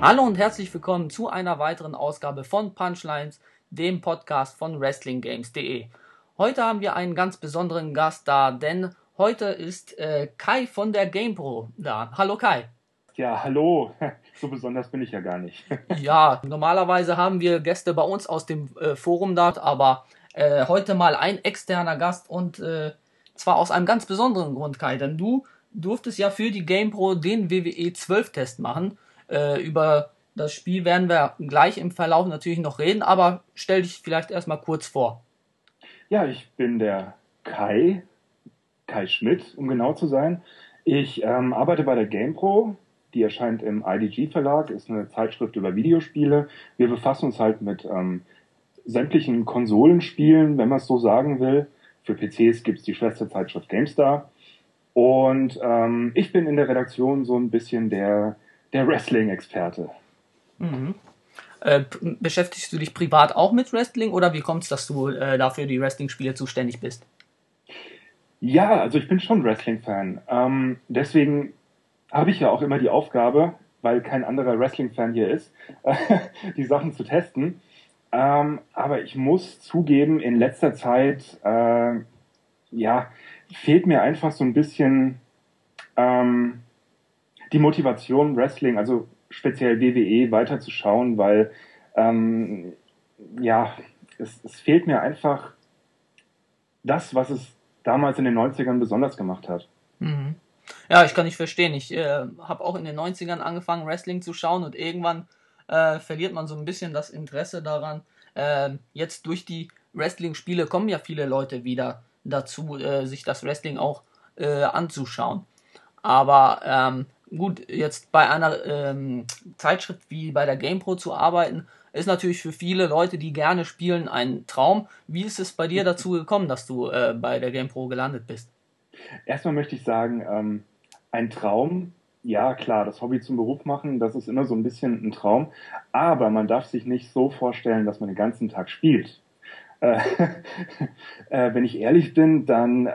Hallo und herzlich willkommen zu einer weiteren Ausgabe von Punchlines, dem Podcast von WrestlingGames.de. Heute haben wir einen ganz besonderen Gast da, denn heute ist Kai von der GamePro da. Hallo Kai. Ja, hallo. So besonders bin ich ja gar nicht. Ja, normalerweise haben wir Gäste bei uns aus dem Forum da, aber heute mal ein externer Gast und zwar aus einem ganz besonderen Grund, Kai, denn du durftest ja für die GamePro den WWE 12 Test machen. Über das Spiel werden wir gleich im Verlauf natürlich noch reden, aber stell dich vielleicht erstmal kurz vor. Ja, ich bin der Kai Schmidt, um genau zu sein. Ich arbeite bei der GamePro. Die erscheint im IDG Verlag, ist eine Zeitschrift über Videospiele. Wir befassen uns halt mit sämtlichen Konsolenspielen, wenn man es so sagen will. Für PCs gibt es die Schwesterzeitschrift GameStar. Und ich bin in der Redaktion so ein bisschen der Wrestling-Experte. Mhm. Beschäftigst du dich privat auch mit Wrestling oder wie kommt es, dass du dafür die Wrestling-Spiele zuständig bist? Ja, also ich bin schon Wrestling-Fan. Deswegen habe ich ja auch immer die Aufgabe, weil kein anderer Wrestling-Fan hier ist, die Sachen zu testen. Aber ich muss zugeben, in letzter Zeit, ja, fehlt mir einfach so ein bisschen ähm, die Motivation, Wrestling, also speziell WWE, weiterzuschauen, weil ähm, ja, es fehlt mir einfach das, was es damals in den Neunzigern besonders gemacht hat. Mhm. Ja, ich kann nicht verstehen. Ich habe auch in den 90ern angefangen, Wrestling zu schauen und irgendwann verliert man so ein bisschen das Interesse daran. Jetzt durch die Wrestling-Spiele kommen ja viele Leute wieder dazu, sich das Wrestling auch anzuschauen. Aber gut, jetzt bei einer Zeitschrift wie bei der GamePro zu arbeiten, ist natürlich für viele Leute, die gerne spielen, ein Traum. Wie ist es bei dir dazu gekommen, dass du bei der GamePro gelandet bist? Erstmal möchte ich sagen, ein Traum, ja klar, das Hobby zum Beruf machen, das ist immer so ein bisschen ein Traum, aber man darf sich nicht so vorstellen, dass man den ganzen Tag spielt. Äh, wenn ich ehrlich bin, dann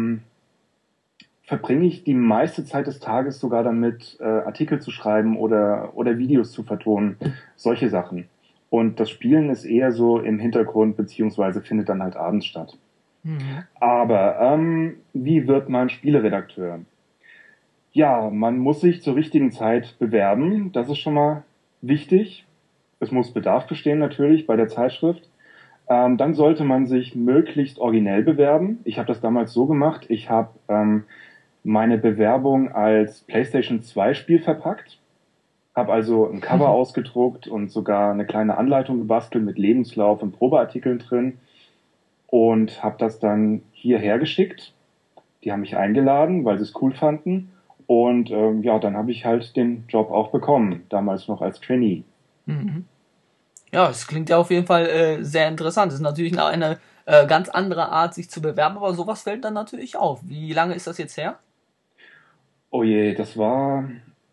verbringe ich die meiste Zeit des Tages sogar damit, Artikel zu schreiben oder Videos zu vertonen, solche Sachen. Und das Spielen ist eher so im Hintergrund, beziehungsweise findet dann halt abends statt. Mhm. Aber wie wird man Spieleredakteur? Ja, man muss sich zur richtigen Zeit bewerben. Das ist schon mal wichtig. Es muss Bedarf bestehen natürlich bei der Zeitschrift. Dann sollte man sich möglichst originell bewerben. Ich habe das damals so gemacht. Ich habe meine Bewerbung als PlayStation 2 Spiel verpackt, habe also ein Cover ausgedruckt und sogar eine kleine Anleitung gebastelt mit Lebenslauf und Probeartikeln drin und habe das dann hierher geschickt. Die haben mich eingeladen, weil sie es cool fanden. Und ja, dann habe ich halt den Job auch bekommen, damals noch als Trainee. Mhm. Ja, es klingt ja auf jeden Fall sehr interessant. Es ist natürlich eine ganz andere Art, sich zu bewerben, aber sowas fällt dann natürlich auf. Wie lange ist das jetzt her? Oh je, das war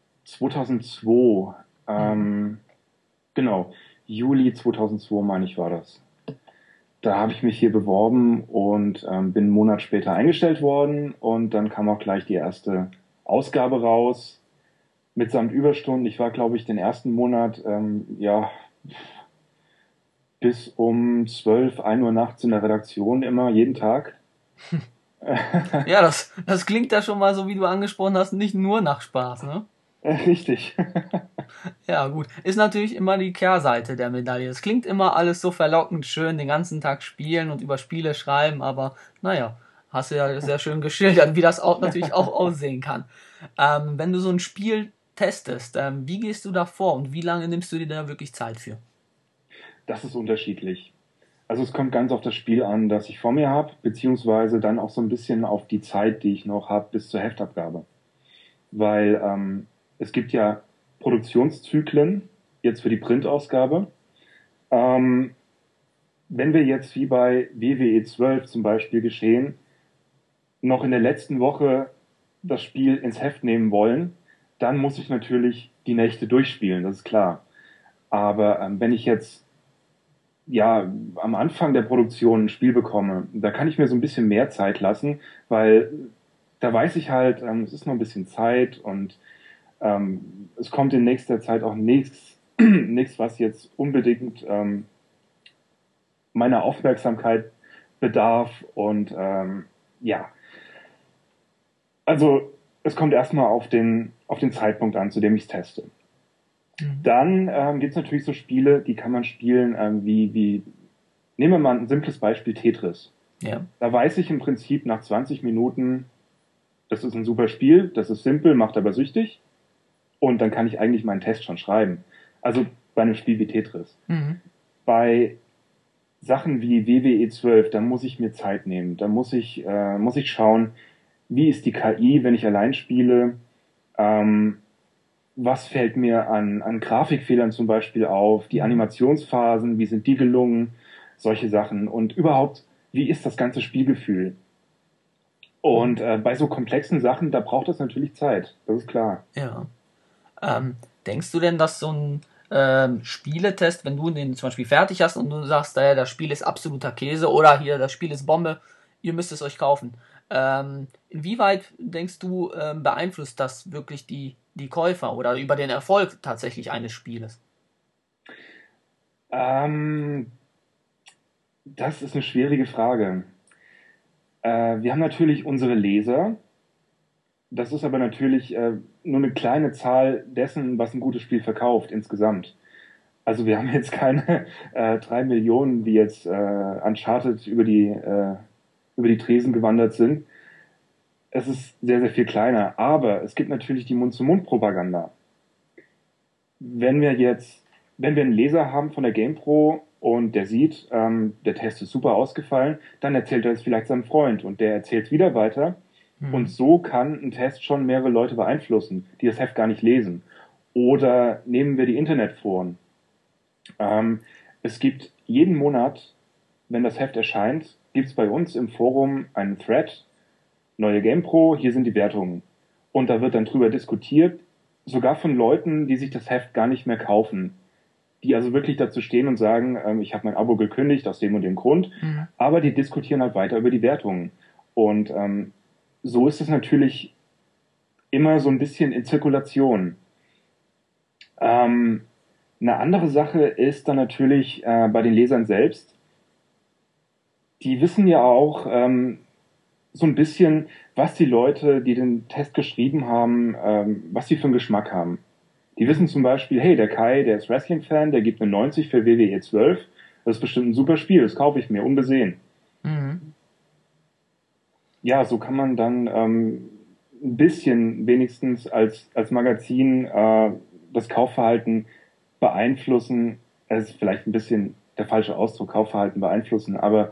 2002. Mhm. Genau, Juli 2002 meine ich war das. Da habe ich mich hier beworben und bin einen Monat später eingestellt worden und dann kam auch gleich die erste Ausgabe raus mitsamt Überstunden. Ich war, glaube ich, den ersten Monat ja bis um 12, 1 Uhr nachts in der Redaktion immer, jeden Tag. Ja, das klingt ja schon mal so, wie du angesprochen hast, nicht nur nach Spaß, ne? Richtig. Ja, gut. Ist natürlich immer die Kehrseite der Medaille. Es klingt immer alles so verlockend schön, den ganzen Tag spielen und über Spiele schreiben, aber naja, hast du ja sehr schön geschildert, wie das auch natürlich auch aussehen kann. Wenn du so ein Spiel testest, wie gehst du da vor und wie lange nimmst du dir da wirklich Zeit für? Das ist unterschiedlich. Also es kommt ganz auf das Spiel an, das ich vor mir habe, beziehungsweise dann auch so ein bisschen auf die Zeit, die ich noch habe bis zur Heftabgabe. Weil es gibt ja Produktionszyklen jetzt für die Printausgabe. Ähm, wenn wir jetzt wie bei WWE 12 zum Beispiel geschehen, noch in der letzten Woche das Spiel ins Heft nehmen wollen, dann muss ich natürlich die Nächte durchspielen, das ist klar. Aber wenn ich jetzt ja am Anfang der Produktion ein Spiel bekomme, da kann ich mir so ein bisschen mehr Zeit lassen, weil da weiß ich halt, es ist noch ein bisschen Zeit und Es kommt in nächster Zeit auch nichts, nichts, was jetzt unbedingt meiner Aufmerksamkeit bedarf. Und ja, also es kommt erstmal auf den Zeitpunkt an, zu dem ich es teste. Dann gibt es natürlich so Spiele, die kann man spielen, nehmen wir mal ein simples Beispiel, Tetris. Ja. Da weiß ich im Prinzip nach 20 Minuten, das ist ein super Spiel, das ist simpel, macht aber süchtig. Und dann kann ich eigentlich meinen Test schon schreiben. Also bei einem Spiel wie Tetris. Bei Sachen wie WWE 12, da muss ich mir Zeit nehmen. Da muss ich schauen, wie ist die KI, wenn ich allein spiele. Was fällt mir an Grafikfehlern zum Beispiel auf, die Animationsphasen, wie sind die gelungen, solche Sachen und überhaupt, wie ist das ganze Spielgefühl? Und bei so komplexen Sachen, da braucht es natürlich Zeit, das ist klar. Ja. Denkst du denn, dass so ein Spieletest, wenn du den zum Beispiel fertig hast und du sagst, das Spiel ist absoluter Käse oder hier, das Spiel ist Bombe, ihr müsst es euch kaufen. Inwieweit denkst du, beeinflusst das wirklich die Käufer oder über den Erfolg tatsächlich eines Spieles? Ähm, Das ist eine schwierige Frage. Wir haben natürlich unsere Leser. Das ist aber natürlich nur eine kleine Zahl dessen, was ein gutes Spiel verkauft insgesamt. Also wir haben jetzt keine 3 Millionen, die jetzt Uncharted über die Tresen gewandert sind. Es ist sehr, sehr viel kleiner. Aber es gibt natürlich die Mund-zu-Mund-Propaganda. Wenn wir jetzt, wenn wir einen Leser haben von der GamePro und der sieht, der Test ist super ausgefallen, dann erzählt er es vielleicht seinem Freund und der erzählt es wieder weiter. Und so kann ein Test schon mehrere Leute beeinflussen, die das Heft gar nicht lesen. Oder nehmen wir die Internetforen. Es gibt jeden Monat, wenn das Heft erscheint, gibt es bei uns im Forum einen Thread, neue GamePro, hier sind die Wertungen. Und da wird dann drüber diskutiert, sogar von Leuten, die sich das Heft gar nicht mehr kaufen. Die also wirklich dazu stehen und sagen, ich habe mein Abo gekündigt aus dem und dem Grund, aber die diskutieren halt weiter über die Wertungen. Und so ist es natürlich immer so ein bisschen in Zirkulation. Eine andere Sache ist dann natürlich bei den Lesern selbst. Die wissen ja auch so ein bisschen, was die Leute, die den Test geschrieben haben, was sie für einen Geschmack haben. Die wissen zum Beispiel, hey, der Kai, der ist Wrestling-Fan, der gibt eine 90 für WWE 12. Das ist bestimmt ein super Spiel, das kaufe ich mir, unbesehen. Ja, so kann man dann ein bisschen wenigstens als Magazin das Kaufverhalten beeinflussen. Es ist vielleicht ein bisschen der falsche Ausdruck, Kaufverhalten beeinflussen, aber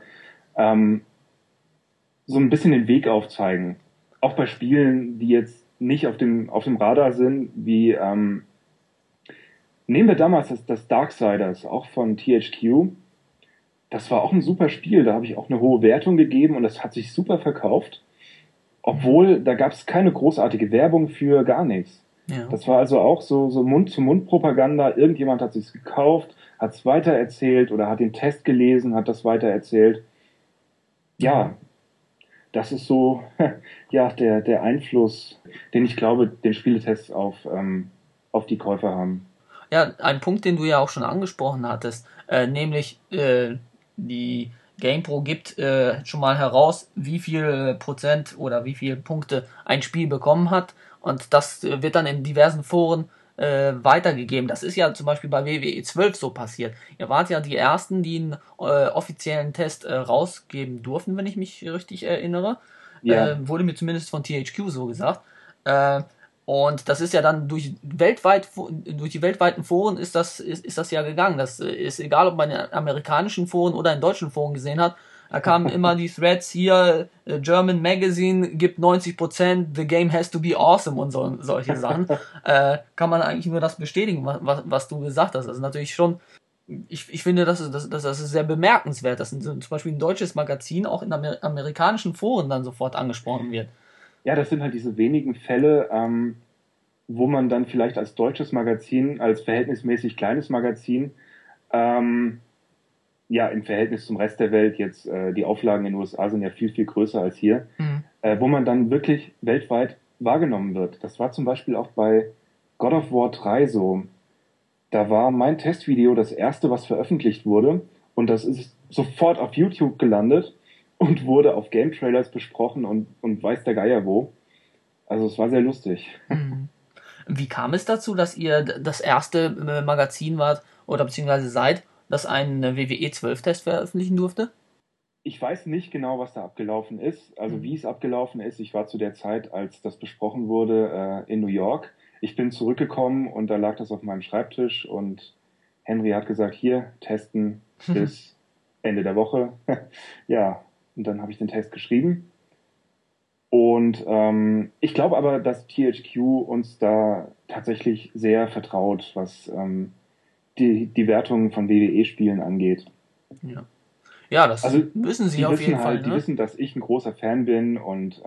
so ein bisschen den Weg aufzeigen. Auch bei Spielen, die jetzt nicht auf dem Radar sind, wie nehmen wir damals das Darksiders, auch von THQ. Das war auch ein super Spiel, da habe ich auch eine hohe Wertung gegeben und das hat sich super verkauft. Obwohl, da gab es keine großartige Werbung für gar nichts. Ja. Das war also auch so Mund-zu-Mund-Propaganda. Irgendjemand hat sich's gekauft, hat es weitererzählt oder hat den Test gelesen, hat das weitererzählt. Ja, das ist so ja, der Einfluss, den ich glaube, den Spieletests auf die Käufer haben. Ja, ein Punkt, den du ja auch schon angesprochen hattest, nämlich die GamePro gibt schon mal heraus, wie viel Prozent oder wie viele Punkte ein Spiel bekommen hat und das wird dann in diversen Foren weitergegeben. Das ist ja zum Beispiel bei WWE 12 so passiert. Ihr wart ja die Ersten, die einen offiziellen Test rausgeben durften, wenn ich mich richtig erinnere. Ja. Wurde mir zumindest von THQ so gesagt. Und das ist ja dann durch die weltweiten Foren ist das ja gegangen. Das ist egal, ob man in amerikanischen Foren oder in deutschen Foren gesehen hat. Da kamen immer die Threads hier, German Magazine gibt 90%, the game has to be awesome und solche Sachen. Kann man eigentlich nur das bestätigen, was du gesagt hast. Das ist natürlich schon, ich finde, das ist sehr bemerkenswert, dass zum Beispiel ein deutsches Magazin auch in amerikanischen Foren dann sofort angesprochen wird. Ja, das sind halt diese wenigen Fälle, wo man dann vielleicht als deutsches Magazin, als verhältnismäßig kleines Magazin, ja, im Verhältnis zum Rest der Welt, jetzt die Auflagen in den USA sind ja viel, viel größer als hier, wo man dann wirklich weltweit wahrgenommen wird. Das war zum Beispiel auch bei God of War 3 so. Da war mein Testvideo das erste, was veröffentlicht wurde. Und das ist sofort auf YouTube gelandet und wurde auf Game Trailers besprochen und weiß der Geier wo. Also es war sehr lustig. Hm. Wie kam es dazu, dass ihr das erste Magazin wart oder beziehungsweise seid, das einen WWE 12-Test veröffentlichen durfte? Ich weiß nicht genau, was da abgelaufen ist, also wie Hm. es abgelaufen ist. Ich war zu der Zeit, als das besprochen wurde, in New York. Ich bin zurückgekommen und da lag das auf meinem Schreibtisch und Henry hat gesagt, hier, testen bis Ende der Woche. Ja, und dann habe ich den Test geschrieben. Und ich glaube aber, dass THQ uns da tatsächlich sehr vertraut, was die Wertung von WWE-Spielen angeht. Ja. Ja, das Also müssen sie die auf jeden wissen Fall, halt, die ne? wissen, dass ich ein großer Fan bin und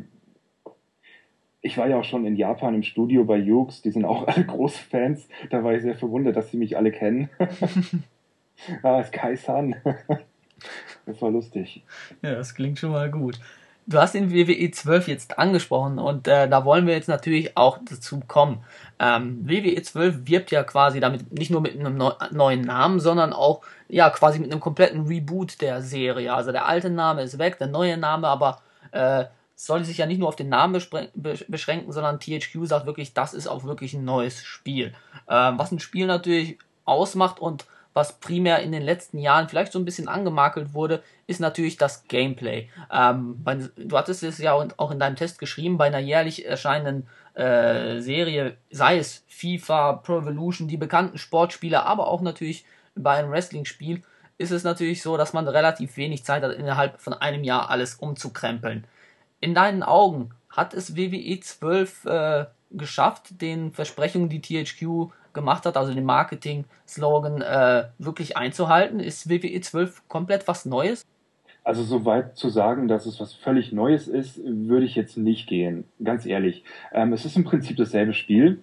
ich war ja auch schon in Japan im Studio bei Jux, die sind auch alle große Fans. Da war ich sehr verwundert, dass sie mich alle kennen. Ah, ist Kai-san. Das war lustig. Ja, das klingt schon mal gut. Du hast den WWE 12 jetzt angesprochen und da wollen wir jetzt natürlich auch dazu kommen. WWE 12 wirbt ja quasi damit nicht nur mit einem neuen Namen, sondern auch ja quasi mit einem kompletten Reboot der Serie. Also der alte Name ist weg, der neue Name aber äh, soll sich ja nicht nur auf den Namen beschränken, sondern THQ sagt wirklich, das ist auch wirklich ein neues Spiel. Was ein Spiel natürlich ausmacht und was primär in den letzten Jahren vielleicht so ein bisschen angemakelt wurde, ist natürlich das Gameplay. Du hattest es ja auch in deinem Test geschrieben, bei einer jährlich erscheinenden Serie, sei es FIFA, Pro Evolution, die bekannten Sportspiele, aber auch natürlich bei einem Wrestling-Spiel, ist es natürlich so, dass man relativ wenig Zeit hat, innerhalb von einem Jahr alles umzukrempeln. In deinen Augen hat es WWE 12 geschafft, den Versprechungen, die THQ gemacht hat, also den Marketing-Slogan, wirklich einzuhalten? Ist WWE 12 komplett was Neues? Also so weit zu sagen, dass es was völlig Neues ist, würde ich jetzt nicht gehen. Ganz ehrlich. Es ist im Prinzip dasselbe Spiel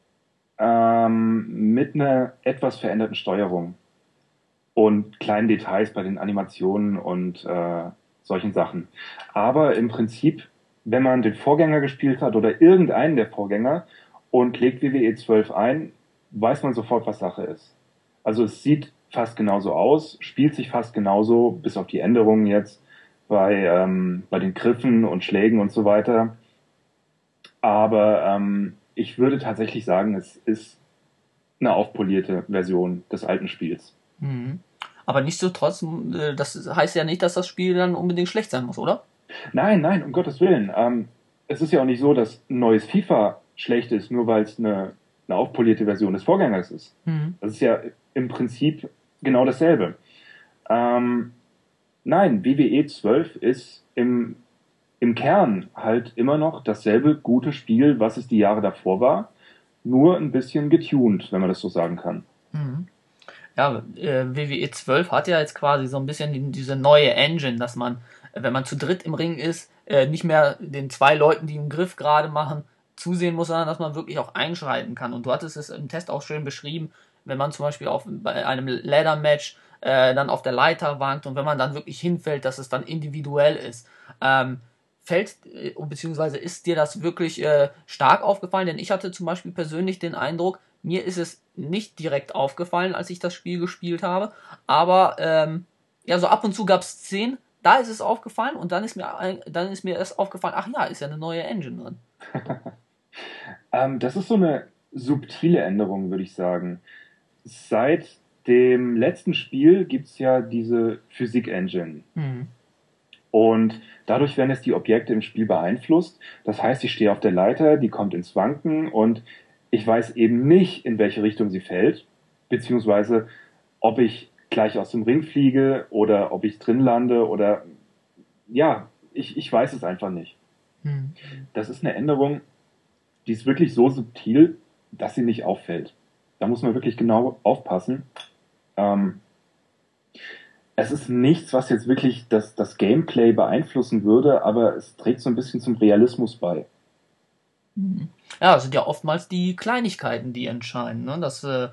mit einer etwas veränderten Steuerung und kleinen Details bei den Animationen und solchen Sachen. Aber im Prinzip, wenn man den Vorgänger gespielt hat oder irgendeinen der Vorgänger und legt WWE 12 ein, weiß man sofort, was Sache ist. Also es sieht fast genauso aus, spielt sich fast genauso, bis auf die Änderungen jetzt bei den Griffen und Schlägen und so weiter. Aber ich würde tatsächlich sagen, es ist eine aufpolierte Version des alten Spiels. Mhm. Aber nichtsdestotrotz, das heißt ja nicht, dass das Spiel dann unbedingt schlecht sein muss, oder? Nein, nein, um Gottes Willen. Es ist ja auch nicht so, dass ein neues FIFA schlecht ist, nur weil es eine aufpolierte Version des Vorgängers ist. Mhm. Das ist ja im Prinzip genau dasselbe. Ähm, nein, WWE 12 ist im Kern halt immer noch dasselbe gute Spiel, was es die Jahre davor war, nur ein bisschen getuned, wenn man das so sagen kann. Mhm. Ja, WWE 12 hat ja jetzt quasi so ein bisschen diese neue Engine, dass man, wenn man zu dritt im Ring ist, nicht mehr den zwei Leuten, die einen Griff gerade machen, zusehen muss, sondern dass man wirklich auch einschreiten kann. Und du hattest es im Test auch schön beschrieben, wenn man zum Beispiel bei einem Ladder-Match dann auf der Leiter wankt und wenn man dann wirklich hinfällt, dass es dann individuell ist. Beziehungsweise ist dir das wirklich stark aufgefallen? Denn ich hatte zum Beispiel persönlich den Eindruck, mir ist es nicht direkt aufgefallen, als ich das Spiel gespielt habe, aber ja, so ab und zu gab es Szenen, da ist es aufgefallen und dann ist mir erst aufgefallen, ach ja, ist ja eine neue Engine drin. Das ist so eine subtile Änderung, würde ich sagen. Seit dem letzten Spiel gibt's ja diese Physik-Engine. Mhm. Und dadurch werden jetzt die Objekte im Spiel beeinflusst. Das heißt, ich stehe auf der Leiter, die kommt ins Wanken und ich weiß eben nicht, in welche Richtung sie fällt, beziehungsweise ob ich gleich aus dem Ring fliege oder ob ich drin lande oder ja, ich weiß es einfach nicht. Mhm. Das ist eine Änderung, die ist wirklich so subtil, dass sie nicht auffällt. Da muss man wirklich genau aufpassen. Ähm, Es ist nichts, was jetzt wirklich das Gameplay beeinflussen würde, aber es trägt so ein bisschen zum Realismus bei. Mhm. Ja, es sind ja oftmals die Kleinigkeiten, die entscheiden. Ne?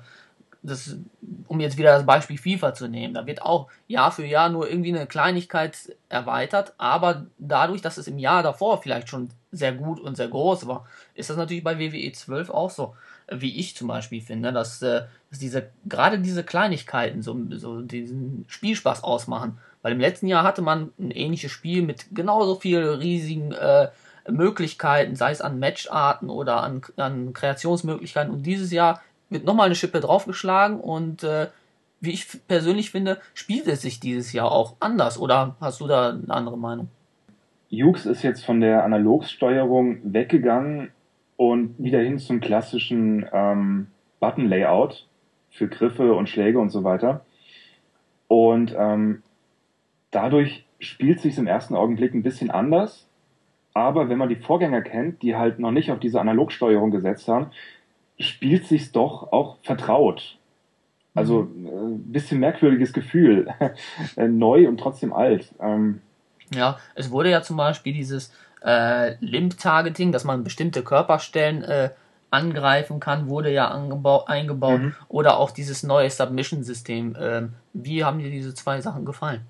Um jetzt wieder das Beispiel FIFA zu nehmen, da wird auch Jahr für Jahr nur irgendwie eine Kleinigkeit erweitert, aber dadurch, dass es im Jahr davor vielleicht schon sehr gut und sehr groß war, ist das natürlich bei WWE 12 auch so. wie ich zum Beispiel finde, dass gerade diese Kleinigkeiten so diesen Spielspaß ausmachen. Weil im letzten Jahr hatte man ein ähnliches Spiel mit genauso vielen riesigen Möglichkeiten, sei es an Matcharten oder an Kreationsmöglichkeiten. Und dieses Jahr wird nochmal eine Schippe draufgeschlagen und wie ich persönlich finde, spielt es sich dieses Jahr auch anders. Oder hast du da eine andere Meinung? Hughes ist jetzt von der Analogsteuerung weggegangen und wieder hin zum klassischen Button-Layout für Griffe und Schläge und so weiter. Und dadurch spielt sich im ersten Augenblick ein bisschen anders. Aber wenn man die Vorgänger kennt, die halt noch nicht auf diese Analogsteuerung gesetzt haben, spielt sich's doch auch vertraut. Also Mhm. ein bisschen merkwürdiges Gefühl. Neu und trotzdem alt. Ja, es wurde ja zum Beispiel dieses Limb-Targeting, dass man bestimmte Körperstellen angreifen kann, wurde ja eingebaut. Mhm. Oder auch dieses neue Submission-System. Wie haben dir diese zwei Sachen gefallen?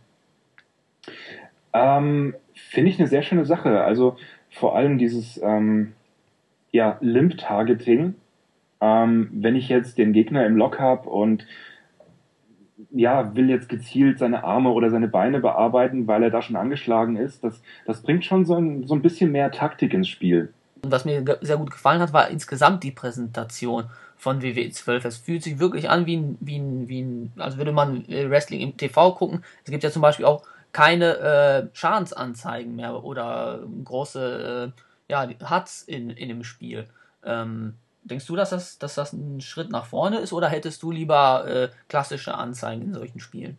Finde ich eine sehr schöne Sache. Also vor allem dieses ja, Limb-Targeting. Wenn ich jetzt den Gegner im Lock habe und ja, will jetzt gezielt seine Arme oder seine Beine bearbeiten, weil er da schon angeschlagen ist, das bringt schon so ein bisschen mehr Taktik ins Spiel. Und was mir sehr gut gefallen hat, war insgesamt die Präsentation von WWE 12. Es fühlt sich wirklich an also würde man Wrestling im TV gucken. Es gibt ja zum Beispiel auch keine Schadensanzeigen mehr oder große ja, Huts in dem Spiel. Denkst du, dass das ein Schritt nach vorne ist oder hättest du lieber klassische Anzeigen in solchen Spielen?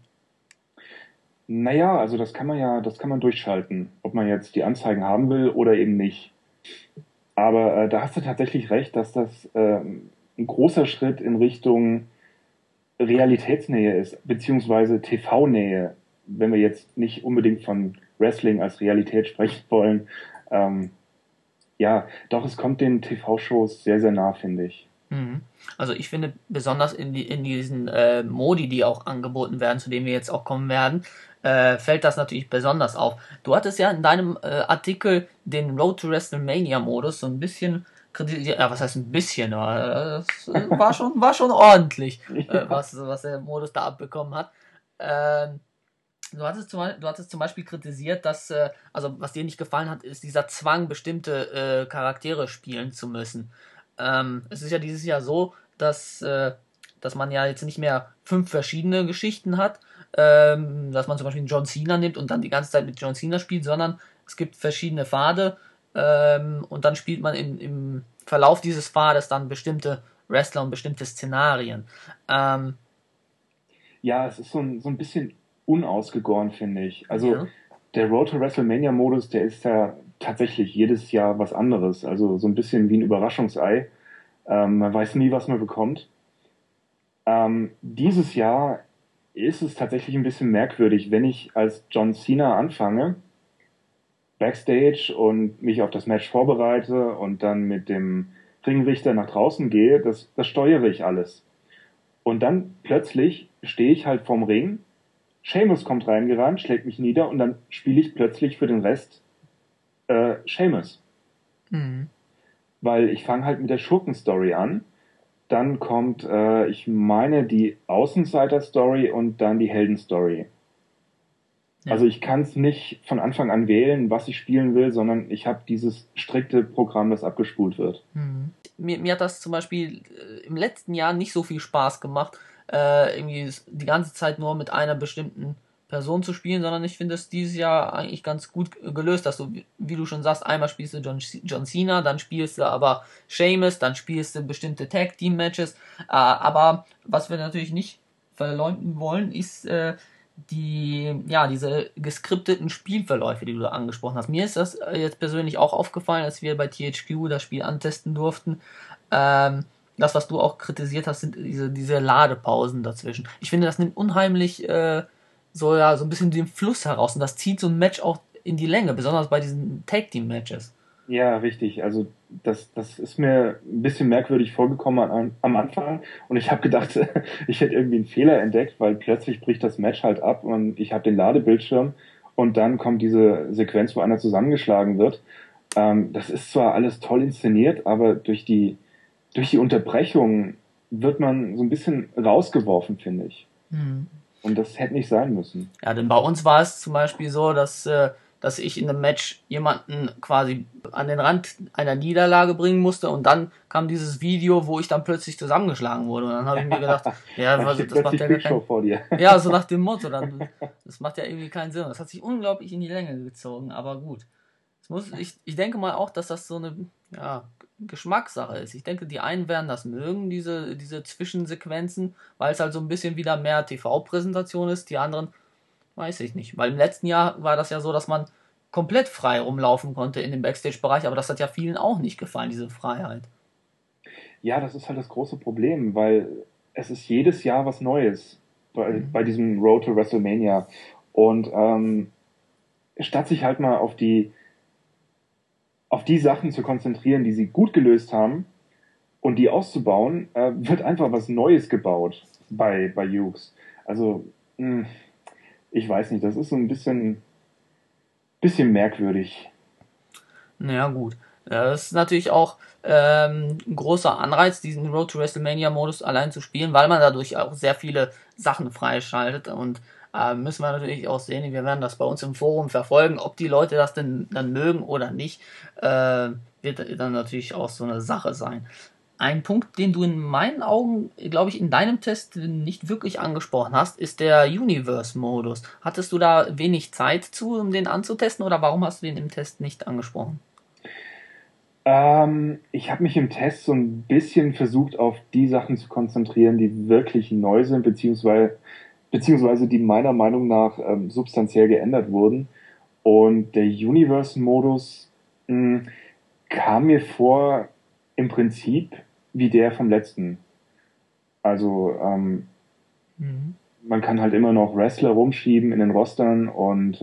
Naja, also das kann man durchschalten, ob man jetzt die Anzeigen haben will oder eben nicht. Aber da hast du tatsächlich recht, dass das ein großer Schritt in Richtung Realitätsnähe ist, beziehungsweise TV-Nähe, wenn wir jetzt nicht unbedingt von Wrestling als Realität sprechen wollen. Ähm, ja, doch, es kommt den TV-Shows sehr, sehr nah, finde ich. Mhm. Also ich finde besonders in diesen Modi, die auch angeboten werden, zu denen wir jetzt auch kommen werden, fällt das natürlich besonders auf. Du hattest ja in deinem Artikel den Road to WrestleMania Modus so ein bisschen kritisiert, ja, was heißt ein bisschen, aber das war schon ordentlich, Ja. was der Modus da abbekommen hat. Ähm, du hattest zum Beispiel kritisiert, also was dir nicht gefallen hat, ist dieser Zwang, bestimmte Charaktere spielen zu müssen. Es ist ja dieses Jahr so, dass man ja jetzt nicht mehr 5 verschiedene Geschichten hat, dass man zum Beispiel einen John Cena nimmt und dann die ganze Zeit mit John Cena spielt, sondern es gibt verschiedene Pfade und dann spielt man im Verlauf dieses Pfades dann bestimmte Wrestler und bestimmte Szenarien. Ähm, Ja, es ist so ein bisschen unausgegoren, finde ich. Also ja. der Road to WrestleMania-Modus, der ist ja tatsächlich jedes Jahr was anderes. Also so ein bisschen wie ein Überraschungsei. Man weiß nie, was man bekommt. Dieses Jahr ist es tatsächlich ein bisschen merkwürdig, wenn ich als John Cena anfange, Backstage und mich auf das Match vorbereite und dann mit dem Ringrichter nach draußen gehe, das steuere ich alles. Und dann plötzlich stehe ich halt vorm Ring, Sheamus kommt reingerannt, schlägt mich nieder und dann spiele ich plötzlich für den Rest Sheamus. Mhm. Weil ich fange halt mit der Schurken-Story an, dann kommt, ich meine, die Außenseiter-Story und dann die Helden-Story. Also Ja. ich kann es nicht von Anfang an wählen, was ich spielen will, sondern ich habe dieses strikte Programm, das abgespult wird. Mhm. Mir hat das zum Beispiel im letzten Jahr nicht so viel Spaß gemacht, irgendwie die ganze Zeit nur mit einer bestimmten Person zu spielen, sondern ich finde es dieses Jahr eigentlich ganz gut gelöst, dass du, wie du schon sagst, einmal spielst du John Cena, dann spielst du aber Sheamus, dann spielst du bestimmte Tag Team Matches, aber was wir natürlich nicht verleugnen wollen, ist diese geskripteten Spielverläufe, die du da angesprochen hast. Mir ist das jetzt persönlich auch aufgefallen, als wir bei THQ das Spiel antesten durften. Das, was du auch kritisiert hast, sind diese Ladepausen dazwischen. Ich finde, das nimmt unheimlich so ein bisschen den Fluss heraus und das zieht so ein Match auch in die Länge, besonders bei diesen Tag Team Matches. Ja, richtig. Also das ist mir ein bisschen merkwürdig vorgekommen am Anfang und ich habe gedacht, ich hätte irgendwie einen Fehler entdeckt, weil plötzlich bricht das Match halt ab und ich habe den Ladebildschirm und dann kommt diese Sequenz, wo einer zusammengeschlagen wird. Das ist zwar alles toll inszeniert, aber durch die durch die Unterbrechung wird man so ein bisschen rausgeworfen, finde ich. Hm. Und das hätte nicht sein müssen. Ja, denn bei uns war es zum Beispiel so, dass ich in einem Match jemanden quasi an den Rand einer Niederlage bringen musste und dann kam dieses Video, wo ich dann plötzlich zusammengeschlagen wurde. Und dann habe ich mir gedacht, ja, Dann also steht das macht plötzlich ja gar Big Show keinen. vor dir. Ja, so nach dem Motto, das macht ja irgendwie keinen Sinn. Das hat sich unglaublich in die Länge gezogen, aber gut. Ich denke mal auch, dass das so eine ja, Geschmackssache ist. Ich denke, die einen werden das mögen, diese Zwischensequenzen, weil es halt so ein bisschen wieder mehr TV-Präsentation ist. Die anderen weiß ich nicht. Weil im letzten Jahr war das ja so, dass man komplett frei rumlaufen konnte in dem Backstage-Bereich, aber das hat ja vielen auch nicht gefallen, diese Freiheit. Ja, das ist halt das große Problem, weil es ist jedes Jahr was Neues bei Mhm. diesem Road to WrestleMania. Und statt sich halt mal auf die Sachen zu konzentrieren, die sie gut gelöst haben und die auszubauen, wird einfach was Neues gebaut bei Hughes. Also, mh, ich weiß nicht, das ist so ein bisschen merkwürdig. Naja, gut. Ja, das ist natürlich auch ein großer Anreiz, diesen Road to WrestleMania-Modus allein zu spielen, weil man dadurch auch sehr viele Sachen freischaltet. Und müssen wir natürlich auch sehen, wir werden das bei uns im Forum verfolgen, ob die Leute das denn dann mögen oder nicht, wird dann natürlich auch so eine Sache sein. Ein Punkt, den du in meinen Augen, glaube ich, in deinem Test nicht wirklich angesprochen hast, ist der Universe-Modus. Hattest du da wenig Zeit zu, um den anzutesten, oder warum hast du den im Test nicht angesprochen? Ich habe mich im Test so ein bisschen versucht, auf die Sachen zu konzentrieren, die wirklich neu sind, beziehungsweise die meiner Meinung nach substanziell geändert wurden. Und der Universe-Modus mh, kam mir vor im Prinzip wie der vom letzten. Also Mhm. man kann halt immer noch Wrestler rumschieben in den Rostern und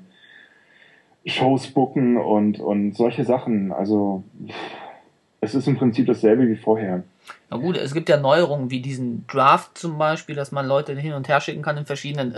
Shows booken und solche Sachen. Also es ist im Prinzip dasselbe wie vorher. Na gut, es gibt ja Neuerungen wie diesen Draft zum Beispiel, dass man Leute hin und her schicken kann in verschiedenen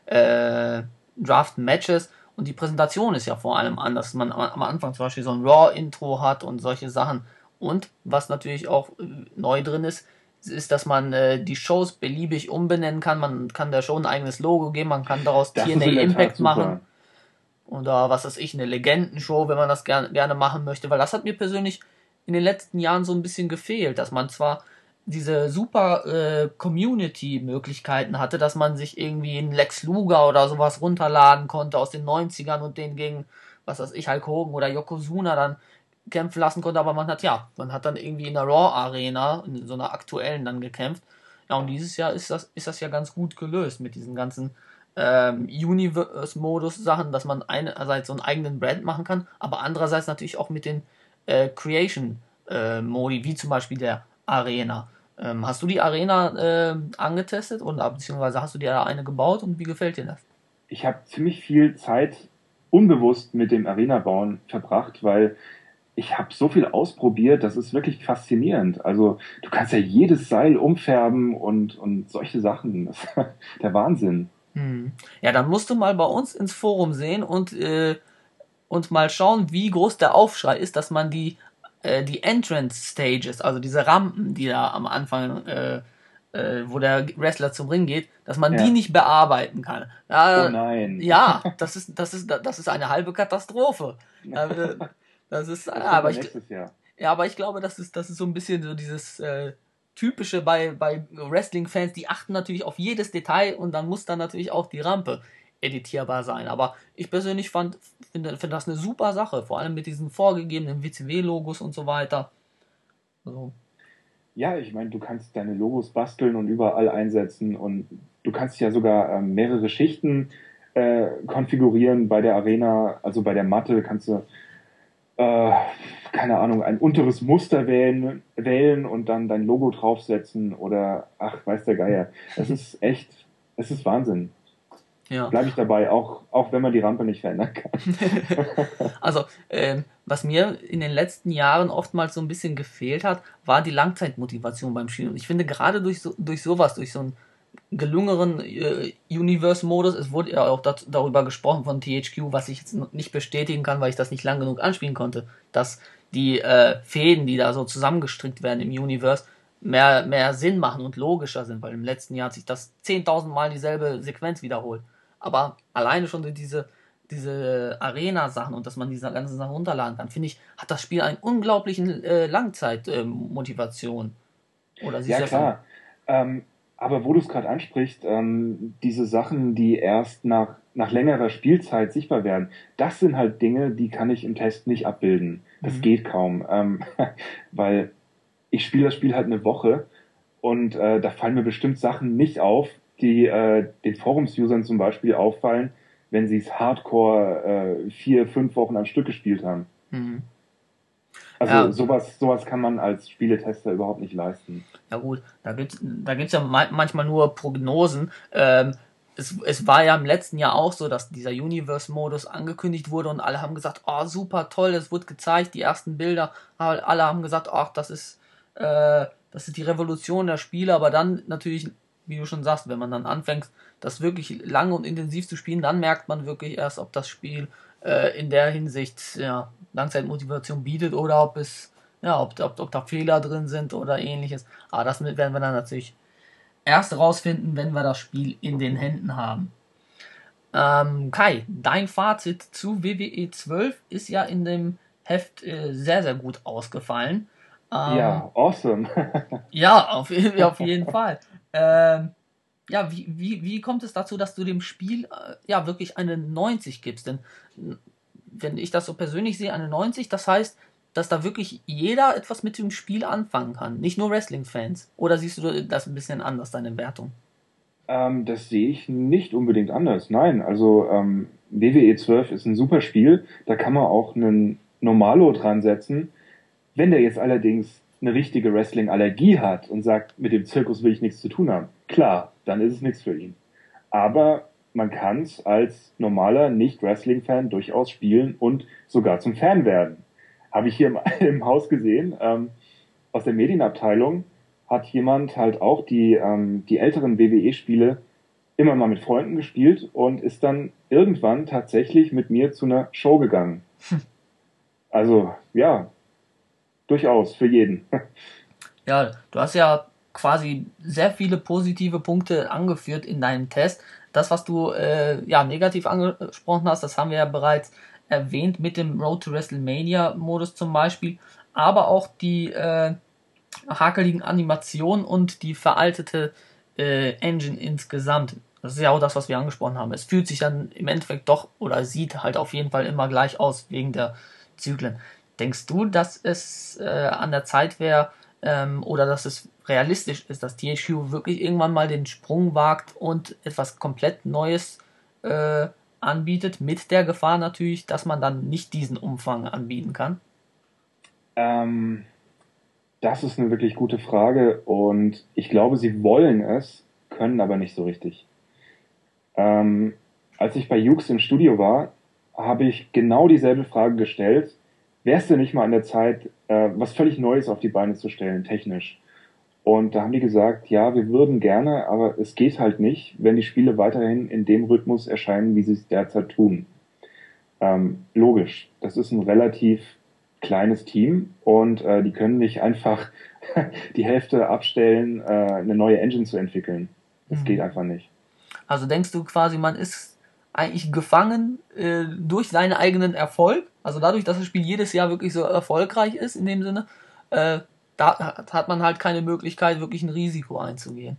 Draft-Matches. Und die Präsentation ist ja vor allem anders, dass man am Anfang zum Beispiel so ein Raw-Intro hat und solche Sachen. Und was natürlich auch neu drin ist, dass man die Shows beliebig umbenennen kann. Man kann der Show ein eigenes Logo geben, man kann daraus Das TNA ist in der Tat Impact machen super. oder was weiß ich, eine Legendenshow, wenn man das gerne machen möchte, weil das hat mir persönlich in den letzten Jahren so ein bisschen gefehlt, dass man zwar diese super Community-Möglichkeiten hatte, dass man sich irgendwie einen Lex Luger oder sowas runterladen konnte aus den 90ern und den gegen, was weiß ich, Hulk Hogan oder Yokozuna dann kämpfen lassen konnte, aber man hat dann irgendwie in der Raw Arena, in so einer aktuellen dann gekämpft. Ja, und dieses Jahr ist das ja ganz gut gelöst mit diesen ganzen Universe-Modus-Sachen, dass man einerseits so einen eigenen Brand machen kann, aber andererseits natürlich auch mit den Creation-Modi, wie zum Beispiel der Arena. Hast du die Arena angetestet oder beziehungsweise hast du dir da eine gebaut und wie gefällt dir das? Ich habe ziemlich viel Zeit unbewusst mit dem Arena-Bauen verbracht, weil ich habe so viel ausprobiert, das ist wirklich faszinierend. Also du kannst ja jedes Seil umfärben und solche Sachen. Das ist der Wahnsinn. Hm. Ja, dann musst du mal bei uns ins Forum sehen und mal schauen, wie groß der Aufschrei ist, dass man die Entrance Stages, also diese Rampen, die da am Anfang, wo der Wrestler zum Ring geht, dass man die Ja. nicht bearbeiten kann. Oh Ja, nein. ja, das ist eine halbe Katastrophe. Äh, Das ist, Das wird aber dann ich, nächstes Jahr. ja, aber ich glaube, das ist so ein bisschen so dieses typische bei Wrestling-Fans, die achten natürlich auf jedes Detail und dann muss dann natürlich auch die Rampe editierbar sein. Aber ich persönlich finde das eine super Sache, vor allem mit diesen vorgegebenen WCW-Logos und so weiter. Also, Ja, ich meine, du kannst deine Logos basteln und überall einsetzen und du kannst ja sogar mehrere Schichten konfigurieren bei der Arena, also bei der Matte kannst du äh, keine Ahnung, ein unteres Muster wählen und dann dein Logo draufsetzen oder ach, weiß der Geier. Es ist Wahnsinn. ja. Bleibe ich dabei, auch wenn man die Rampe nicht verändern kann. Also, was mir in den letzten Jahren oftmals so ein bisschen gefehlt hat, war die Langzeitmotivation beim Spielen. Und ich finde gerade durch sowas, durch so einen gelungenen Universe-Modus, es wurde ja auch darüber gesprochen von THQ, was ich jetzt nicht bestätigen kann, weil ich das nicht lang genug anspielen konnte, dass die Fäden, die da so zusammengestrickt werden im Universe, mehr Sinn machen und logischer sind, weil im letzten Jahr hat sich das 10.000 Mal dieselbe Sequenz wiederholt. Aber alleine schon so diese Arena-Sachen und dass man diese ganzen Sachen runterladen kann, finde ich, hat das Spiel einen unglaublichen Langzeit-Motivation. Oder siehst Ja, du das an? klar. Aber wo du es gerade ansprichst, diese Sachen, die erst nach längerer Spielzeit sichtbar werden, das sind halt Dinge, die kann ich im Test nicht abbilden. Das Mhm. geht kaum, weil ich spiele das Spiel halt eine Woche und da fallen mir bestimmt Sachen nicht auf, die den Forums-Usern zum Beispiel auffallen, wenn sie es Hardcore 4, 5 Wochen am Stück gespielt haben. Mhm. Also Ja, sowas kann man als Spieletester überhaupt nicht leisten. ja gut, da gibt's ja manchmal nur Prognosen. Es war ja im letzten Jahr auch so, dass dieser Universe-Modus angekündigt wurde und alle haben gesagt, oh super toll, es wurde gezeigt, die ersten Bilder, alle haben gesagt, ach, das ist die Revolution der Spiele, aber dann natürlich, wie du schon sagst, wenn man dann anfängt, das wirklich lange und intensiv zu spielen, dann merkt man wirklich erst, ob das Spiel in der Hinsicht ja, Langzeitmotivation bietet oder ob da Fehler drin sind oder ähnliches. Aber das werden wir dann natürlich erst rausfinden, wenn wir das Spiel in den Händen haben. Kai, dein Fazit zu WWE 12 ist ja in dem Heft sehr, sehr gut ausgefallen. Ähm, Ja, awesome. ja, auf jeden Fall. Ähm, ja, wie kommt es dazu, dass du dem Spiel ja wirklich eine 90 gibst? Denn wenn ich das so persönlich sehe, eine 90, das heißt, dass da wirklich jeder etwas mit dem Spiel anfangen kann, nicht nur Wrestling-Fans. Oder siehst du das ein bisschen anders, deine Wertung? Das sehe ich nicht unbedingt anders. Nein, also WWE 12 ist ein super Spiel. Da kann man auch einen Normalo dran setzen. Wenn der jetzt allerdings eine richtige Wrestling-Allergie hat und sagt, mit dem Zirkus will ich nichts zu tun haben, klar, dann ist es nichts für ihn. Aber man kann es als normaler Nicht-Wrestling-Fan durchaus spielen und sogar zum Fan werden. Habe ich hier im Haus gesehen. Aus der Medienabteilung hat jemand halt auch die älteren WWE-Spiele immer mal mit Freunden gespielt und ist dann irgendwann tatsächlich mit mir zu einer Show gegangen. Also ja, durchaus für jeden. Ja, du hast ja quasi sehr viele positive Punkte angeführt in deinem Test. Das, was du ja negativ angesprochen hast, das haben wir ja bereits erwähnt mit dem Road to WrestleMania Modus zum Beispiel, aber auch die hakeligen Animationen und die veraltete Engine insgesamt. Das ist ja auch das, was wir angesprochen haben. Es fühlt sich dann im Endeffekt doch oder sieht halt auf jeden Fall immer gleich aus wegen der Zyklen. Denkst du, dass es an der Zeit wäre oder dass es realistisch ist, dass THQ wirklich irgendwann mal den Sprung wagt und etwas komplett Neues äh, anbietet, mit der Gefahr natürlich, dass man dann nicht diesen Umfang anbieten kann? ähm, Das ist eine wirklich gute Frage und ich glaube, sie wollen es, können aber nicht so richtig. Ähm, Als ich bei Jux im Studio war, habe ich genau dieselbe Frage gestellt. Wäre es denn nicht mal an der Zeit, was völlig Neues auf die Beine zu stellen, technisch? Und da haben die gesagt, ja, wir würden gerne, aber es geht halt nicht, wenn die Spiele weiterhin in dem Rhythmus erscheinen, wie sie es derzeit tun. Logisch, das ist ein relativ kleines Team und die können nicht einfach die Hälfte abstellen, eine neue Engine zu entwickeln. Das geht Mhm. einfach nicht. Also denkst du quasi, man ist eigentlich gefangen durch seinen eigenen Erfolg, also dadurch, dass das Spiel jedes Jahr wirklich so erfolgreich ist in dem Sinne, äh, da hat man halt keine Möglichkeit, wirklich ein Risiko einzugehen.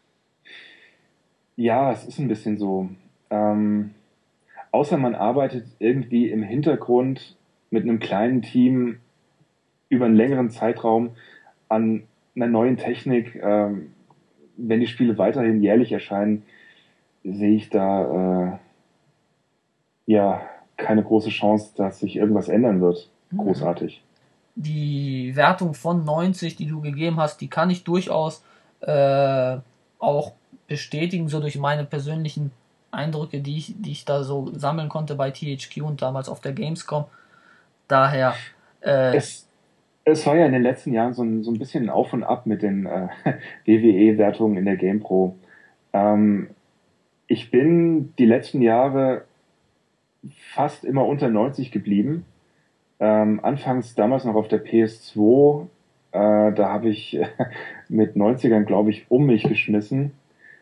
Ja, es ist ein bisschen so. Ähm, Außer man arbeitet irgendwie im Hintergrund mit einem kleinen Team über einen längeren Zeitraum an einer neuen Technik. Wenn die Spiele weiterhin jährlich erscheinen, sehe ich da ja keine große Chance, dass sich irgendwas ändern wird. Mhm. Großartig. Die Wertung von 90, die du gegeben hast, die kann ich durchaus äh, auch bestätigen, so durch meine persönlichen Eindrücke, die ich da so sammeln konnte bei THQ und damals auf der Gamescom. Daher, äh, Es, es war ja in den letzten Jahren so ein bisschen Auf und Ab mit den WWE-Wertungen in der GamePro. Ähm, Ich bin die letzten Jahre fast immer unter 90 geblieben. Anfangs damals noch auf der PS2, da habe ich mit 90ern, glaube ich, um mich geschmissen.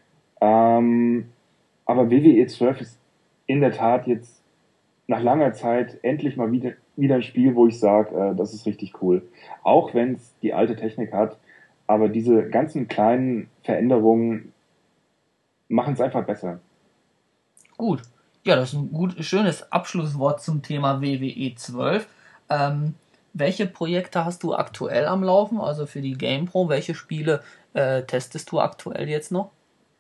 Aber WWE 12 ist in der Tat jetzt nach langer Zeit endlich mal wieder ein Spiel, wo ich sage, das ist richtig cool. Auch wenn es die alte Technik hat, aber diese ganzen kleinen Veränderungen machen es einfach besser. Gut. Ja, das ist ein schönes Abschlusswort zum Thema WWE 12. Welche Projekte hast du aktuell am Laufen, also für die GamePro? Welche Spiele testest du aktuell jetzt noch?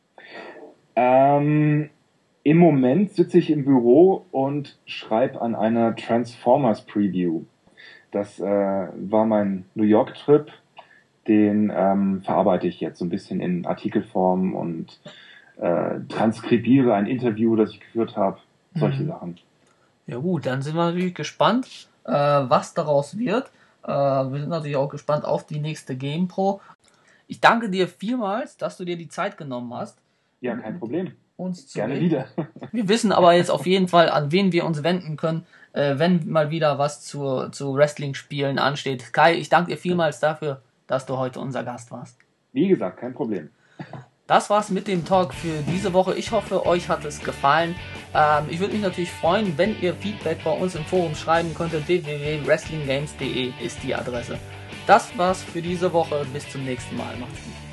Ähm, Im Moment sitze ich im Büro und schreibe an einer Transformers Preview. Das war mein New York Trip. Den verarbeite ich jetzt so ein bisschen in Artikelform und transkribiere ein Interview, das ich geführt habe. Solche Sachen. Ja gut, dann sind wir natürlich gespannt, was daraus wird. Wir sind natürlich auch gespannt auf die nächste GamePro. Ich danke dir vielmals, dass du dir die Zeit genommen hast. Ja, kein Problem. Uns zu Gerne reden. wieder. Wir wissen aber jetzt auf jeden Fall, an wen wir uns wenden können, wenn mal wieder was zu Wrestling-Spielen ansteht. Kai, ich danke dir vielmals dafür, dass du heute unser Gast warst. Wie gesagt, kein Problem. Das war's mit dem Talk für diese Woche. Ich hoffe, euch hat es gefallen. Ich würde mich natürlich freuen, wenn ihr Feedback bei uns im Forum schreiben könntet. www.wrestlinggames.de ist die Adresse. Das war's für diese Woche. Bis zum nächsten Mal. Macht's gut.